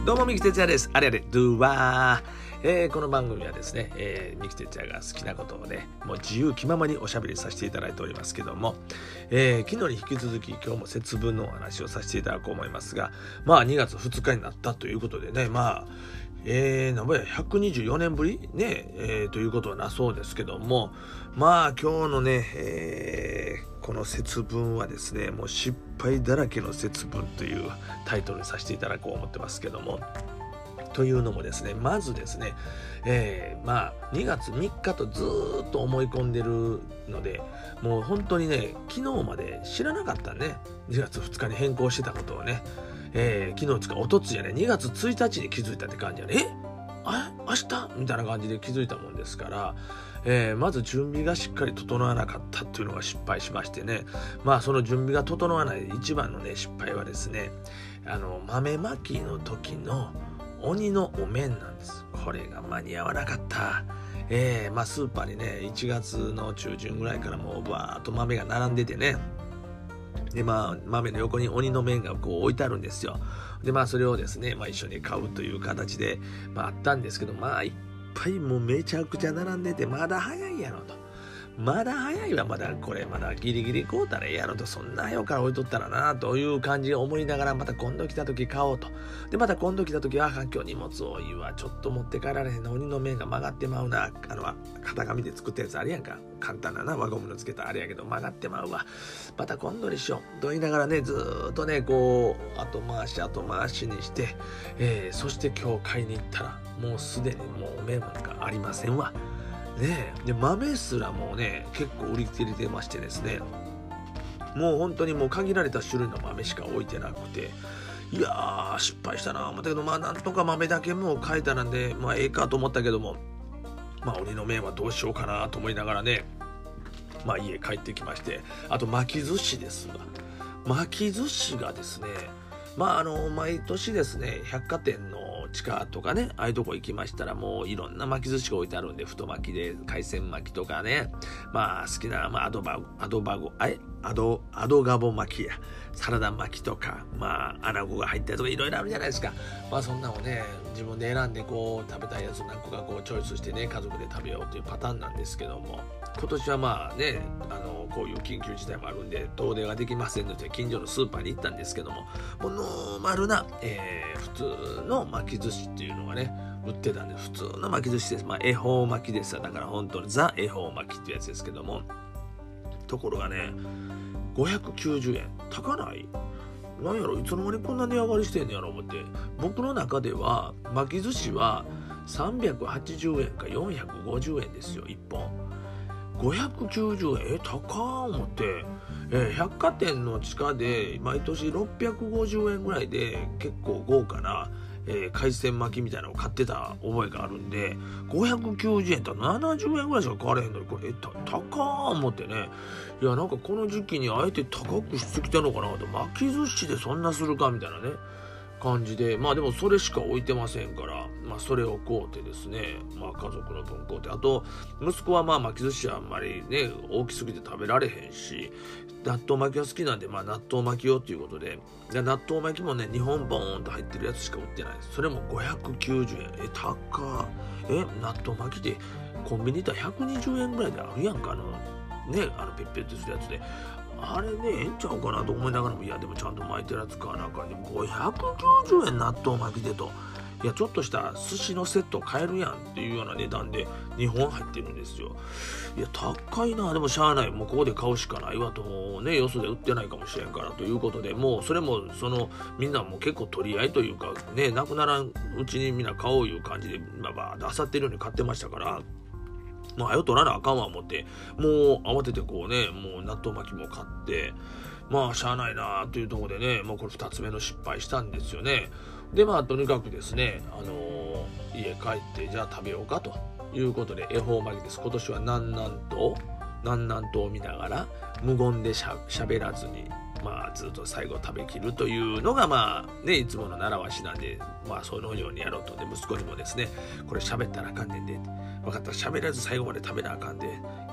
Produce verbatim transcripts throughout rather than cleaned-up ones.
どうも、三木哲也です。あれあれ、ドゥワー。えー、この番組はですね、えー、三木哲也が好きなことをね、もう自由気ままにおしゃべりさせていただいておりますけども、えー、昨日に引き続き今日も節分のお話をさせていただこうと思いますが、まあにがつふつかになったということでね、まあ、えー、なんぼやひゃくにじゅうよねんぶりね、えー、ということはなそうですけども、まあ今日のね、えー、この節分はですね、もう失敗だらけの節分というタイトルにさせていただこうと思ってますけども、というのもですね、まずですね、えー、まあにがつみっかとずーっと思い込んでるので、もう本当にね、昨日まで知らなかったね、にがつふつかに変更してたことをね、えー、昨日つかおとついやね、にがつついたちに気づいたって感じやね。えあ明日みたいな感じで気づいたもんですから、えー、まず準備がしっかり整わなかったっていうのが失敗しましてね、まあその準備が整わない一番のね失敗はですね、あの豆まきの時の鬼のお面なんです。これが間に合わなかった。えー、まあスーパーにねいちがつの中旬ぐらいからもうバーっと豆が並んでてね、でまあ豆の横に鬼の面がこう置いてあるんですよ。でまあそれをですね、まあ、一緒に買うという形で、まあ、あったんですけど、まあいっぱいもうめちゃくちゃ並んでて、まだ早いやろと、まだ早いわ、まだこれまだギリギリ買うたらええやろと、そんな早から置いとったらなという感じを思いながら、また今度来た時買おうと。でまた今度来た時は今日荷物多いわ、ちょっと持って帰られへんな、鬼の面が曲がってまうな、あの型紙で作ったやつあるやんか、簡単なな輪ゴムのつけたあれやけど曲がってまうわ、また今度にしようと言いながらね、ずーっとねこう後回し後回しにして、えー、そして今日買いに行ったらもうすでにもうお面なんかありませんわね。えで豆すらもうね結構売り切れてましてですね、もう本当にもう限られた種類の豆しか置いてなくて、いやー失敗したな思ったけど、まあなんとか豆だけもう買えたらんで、まあええかと思ったけども、まあ鬼の面はどうしようかなと思いながらね、まあ家帰ってきまして、あと巻き寿司ですわ。巻き寿司がですね、まああの毎年ですね百貨店の地下とかね、ああいうとこ行きましたらもういろんな巻き寿司が置いてあるんで、太巻きで海鮮巻きとかね、まあ好きな、まあ、アドバアドバゴあれアドアドガボ巻きやサラダ巻きとか、まあアナゴが入ったやつとかいろいろあるじゃないですか。まあそんなのをね自分で選んでこう食べたいやつ何個かこうチョイスしてね、家族で食べようというパターンなんですけども、今年はまあねあのこういう緊急事態もあるんで遠出ができませんので、近所のスーパーに行ったんですけども、もうノーマルな、えー、普通の巻き寿司っていうのがね売ってたんで、普通の巻き寿司です。まあ恵方巻きですよ。だから本当にザ恵方巻きっていうやつですけども、ところがねごひゃくきゅうじゅうえん高ない、なんやろいつの間にこんな値上がりしてんのやろ思って、僕の中では巻き寿司はさんびゃくはちじゅうえんかよんひゃくごじゅうえんですよいっぽん。ごひゃくきゅうじゅうえんえ高ー思って、えー、百貨店の地下で毎年ろっぴゃくごじゅうえんぐらいで結構豪華な、えー、海鮮巻きみたいなのを買ってた覚えがあるんで、ごひゃくきゅうじゅうえんとななじゅうえんぐらいしか買われへんのに、これえた高ー思ってね、いやなんかこの時期にあえて高くしてきたのかなと、巻き寿司でそんなするかみたいなね感じで、まあでもそれしか置いてませんから、まあそれを買うてですね、まあ家族の分買うて、あと息子はまあ巻き寿司はあんまりね大きすぎて食べられへんし、納豆巻きは好きなんで、まあ納豆巻きよっていうことで、で納豆巻きもねにほんボーンと入ってるやつしか売ってないです。それもごひゃくきゅうじゅうえん、え高っ、え納豆巻きでコンビニ行ったらひゃくにじゅうえんぐらいであるやんか、あのねあのペッペッとするやつで、あれねええんちゃうかなと思いながらも、いやでもちゃんと巻いてるやつかなんかでもごひゃくきゅうじゅうえん納豆巻きでと、いやちょっとした寿司のセット買えるやんっていうような値段でにほん入ってるんですよ。いや高いな、でもしゃあない、もうここで買うしかないわと、もうねよそで売ってないかもしれんからということで、もうそれもそのみんなも結構取り合いというかね、なくならんうちにみんな買おういう感じでババーッと漁ってるように買ってましたから、まあ、早取らなあかんわ思って、もう慌ててこうね、もう納豆巻きも買って、まあ、しゃあないなーというところでね、もうこれ二つ目の失敗したんですよね。で、まあ、とにかくですね、あのー、家帰って、じゃあ食べようかということで、恵方巻きです。今年は南南東、南南東を見ながら、無言でしゃ、しゃべらずに、まあ、ずっと最後食べきるというのが、まあ、ね、いつもの習わしなんで、まあ、そのようにやろうと。で、息子にもですね、これ喋ったらあかんねんで、分かったら喋らず最後まで食べなあかんで、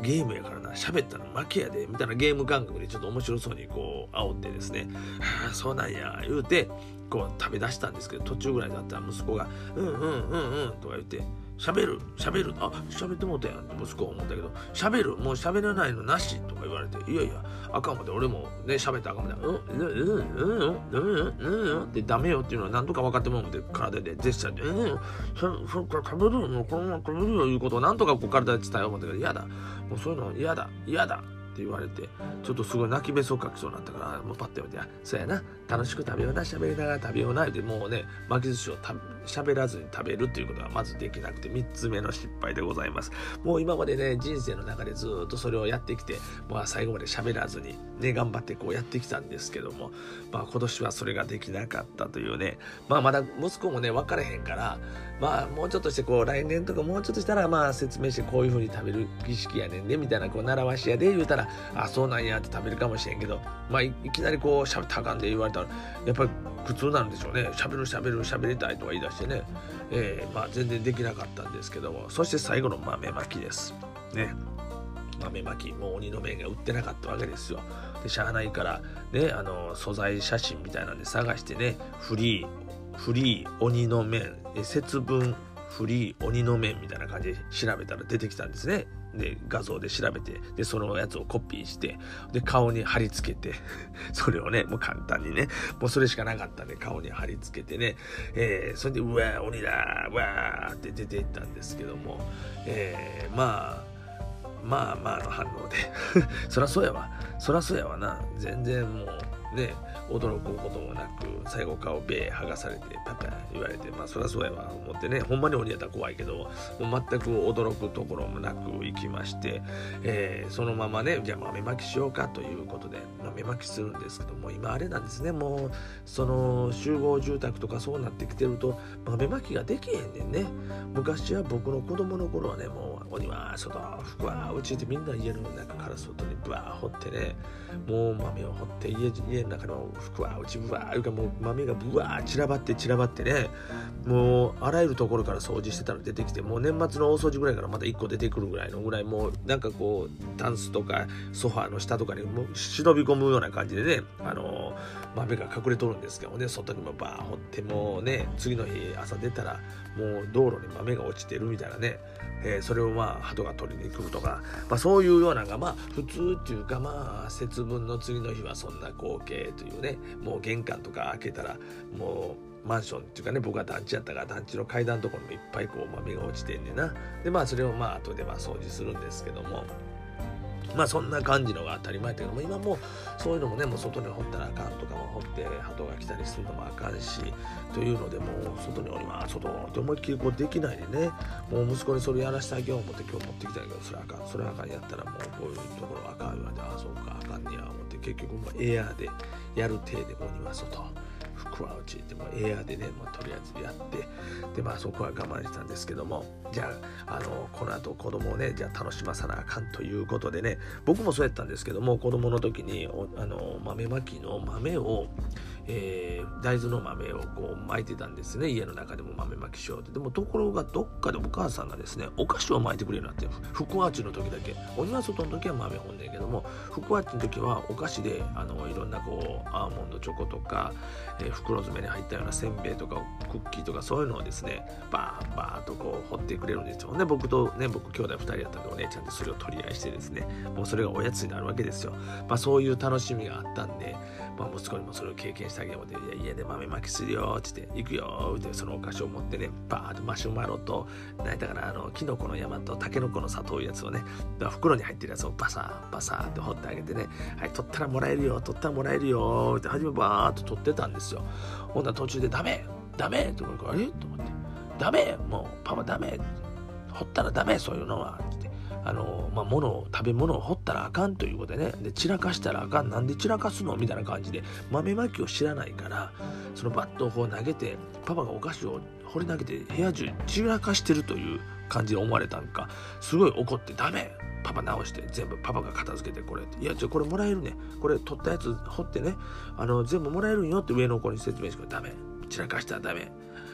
ゲームやからな、喋ったら負けやでみたいなゲーム感覚でちょっと面白そうにこう煽ってですね、ああそうなんや言うてこう食べ出したんですけど、途中ぐらいだったら息子がうんうんうんうんとか言って喋る喋るあ喋ってもうたやんって息子は思ったけど、喋るもう喋らないのなしとか言われて、いやいやあかんもんで、俺もね喋ったらあかんもんで、うんうんうんうんうんうんってダメよっていうのは何とか分かってもらうんで、体でジェスチャーでうんそそっか食べるのこのまま食べるよいうことを何とかこう体で伝えよう思ったけど、嫌だもうそういうの嫌だ嫌だって言われて、ちょっとすごい泣きべそをかきそうになったから、もうパッて見て、あそうやな楽しく食べような喋りながら食べようなって、もうね巻き寿司をた喋らずに食べるっていうことがまずできなくて、みっつめの失敗でございます。もう今までね人生の中でずっとそれをやってきて、まあ、最後まで喋らずにね頑張ってこうやってきたんですけども、まあ、今年はそれができなかったというね、まあまだ息子もね分からへんから、まあもうちょっとしてこう来年とかもうちょっとしたらまあ説明して、こういう風に食べる儀式やねんねみたいなこう習わしやで言うたら、あそうなんやって食べるかもしれんけど、まあ い, いきなりこうしゃべったらあかんで言われたらやっぱり苦痛なんでしょうね。しゃべるしゃべるしゃべりたいとか言い出してね、えー、まあ全然できなかったんですけども、そして最後の豆まきですね。豆まきもう鬼の面が売ってなかったわけですよ。でしゃあないからね、あの素材写真みたいなんで探してね、フリーフリー鬼の面節分フリー鬼の面みたいな感じで調べたら出てきたんですね。で画像で調べて、でそのやつをコピーして、で顔に貼り付けてそれをねもう簡単にね、もうそれしかなかったんで顔に貼り付けてね、えー、それでうわー鬼だーわーって出ていったんですけども、えー、まあまあまあの反応でそらそうやわそらそうやわな、全然もうね驚くこともなく、最後顔ベー剥がされてパパ言われて、まあそりゃそうやわ思ってね、ほんまに鬼やったら怖いけどもう全く驚くところもなく行きまして、えー、そのままねじゃあ豆まきしようかということで豆まきするんですけども、今あれなんですね、もうその集合住宅とかそうなってきてると豆まきができへんねんね。昔は僕の子供の頃はね、もう鬼は外服はうちってみんな家の中から外にブワー掘ってね、もう豆を掘って家家の中の服はうちブワーいうかもう豆がブワー散らばって散らばってね、もうあらゆるところから掃除してたの出てきて、もう年末の大掃除ぐらいからまたいっこ出てくるぐらいのぐらい、もうなんかこうタンスとかソファーの下とかにもう忍び込むような感じでね、あの豆が隠れとるんですけどね、外にもバー掘って、もうね次の日朝出たらもう道路に豆が落ちてるみたいなね、えー、それをまあ鳩が取りに来るとか、まあ、そういうようなのがまあ普通っていうか、まあ節分の次の日はそんな光景というね、もう玄関とか開けたらもうマンションっていうかね、僕は団地やったから団地の階段のところにもいっぱいこう豆が落ちてんねんな。でまあそれをまあ後でまあ掃除するんですけども、まあそんな感じのが当たり前だけども、今もうそういうのもね、もう外に掘ったらあかんとかも掘って鳩が来たりするのもあかんしというので、もう外におります外って思いっきりこうできないでね、もう息子にそれやらせてあげよう思って今日持ってきたんやけど、それあかんそれあかんやったらもうこういうところあかん言われて、ああそうかあかんねや思って、結局もうエアーでやる体で鬼は外服はうちでもエアーでね、まあ、とりあえずやって、でまあそこは我慢したんですけども、じゃあ、あのこの後子供をねじゃあ楽しまさなあかんということでね、僕もそうやったんですけども、子供の時にあの豆まきの豆を、えー、大豆の豆をこう巻いてたんですね、家の中でも豆まきしようって。でもところがどっかでお母さんがですねお菓子を巻いてくれるようになって、福あちの時だけ、鬼は外の時は豆ほんねんけども、福あちの時はお菓子であのいろんなこうアーモンドチョコとか、えー、袋詰めに入ったようなせんべいとかクッキーとかそういうのをですねバーンバーンとこう掘ってくれるんですよね。僕とね僕兄弟ふたりだったんで、お姉ちゃんでそれを取り合いしてですね、もうそれがおやつになるわけですよ。まあそういう楽しみがあったんで、まあ、息子にもそれを経験してあげようと、いや家で豆まきするよって言って行くよってそのお菓子を持ってね、バーッとマシュマロと何だからあのキノコの山とタケノコの砂糖いうやつをね、だから袋に入ってるやつをバサーバサーって掘ってあげてね、はい取ったらもらえるよ取ったらもらえるよって初めバーッと取ってたんですよ。ほんなら途中でダメダメって思うから、あれと思って、ダメもうパパダメ掘ったらダメそういうのはって、あのまあ物を食べ物を掘ったらあかんということでね、で散らかしたらあかん、なんで散らかすのみたいな感じで、豆まきを知らないから、そのバットをこう投げてパパがお菓子を掘り投げて部屋中散らかしてるという感じで思われたんか、すごい怒って、ダメパパ直して全部パパが片付けてこれって、いやじゃこれもらえるね、これ取ったやつ掘ってね、あの全部もらえるんよって上の子に説明して、ダメ散らかしたらダメ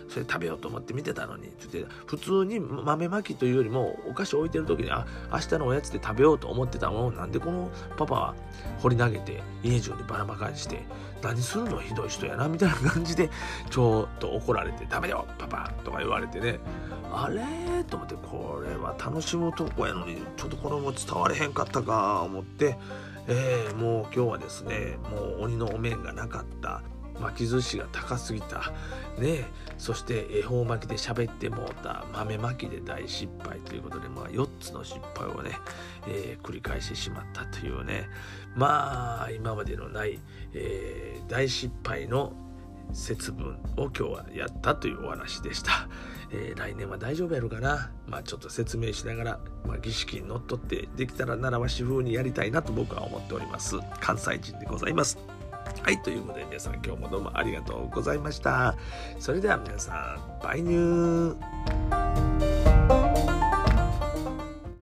それ食べようと思って見てたのにって言って、普通に豆まきというよりもお菓子置いてる時に、あ、明日のおやつで食べようと思ってたものをなんでこのパパは掘り投げて家中でバラバカにして何するの、ひどい人やなみたいな感じでちょっと怒られて、食べよパパとか言われてね、あれと思って、これは楽しむとこやのにちょっとこれも伝われへんかったか思って、えー、もう今日はですね、もう鬼のお面がなかった、巻き寿司が高すぎたね、そして恵方巻きで喋ってもうた、豆巻きで大失敗ということで、まあよっつの失敗をね、えー、繰り返してしまったというね、まあ今までのない、えー、大失敗の節分を今日はやったというお話でした。えー、来年は大丈夫やろうかな。まあちょっと説明しながら、まあ、儀式にのっとってできたら習わし風にやりたいなと僕は思っております。関西人でございます。はい、ということで皆さん今日もどうもありがとうございました。それでは皆さん、バイニュー。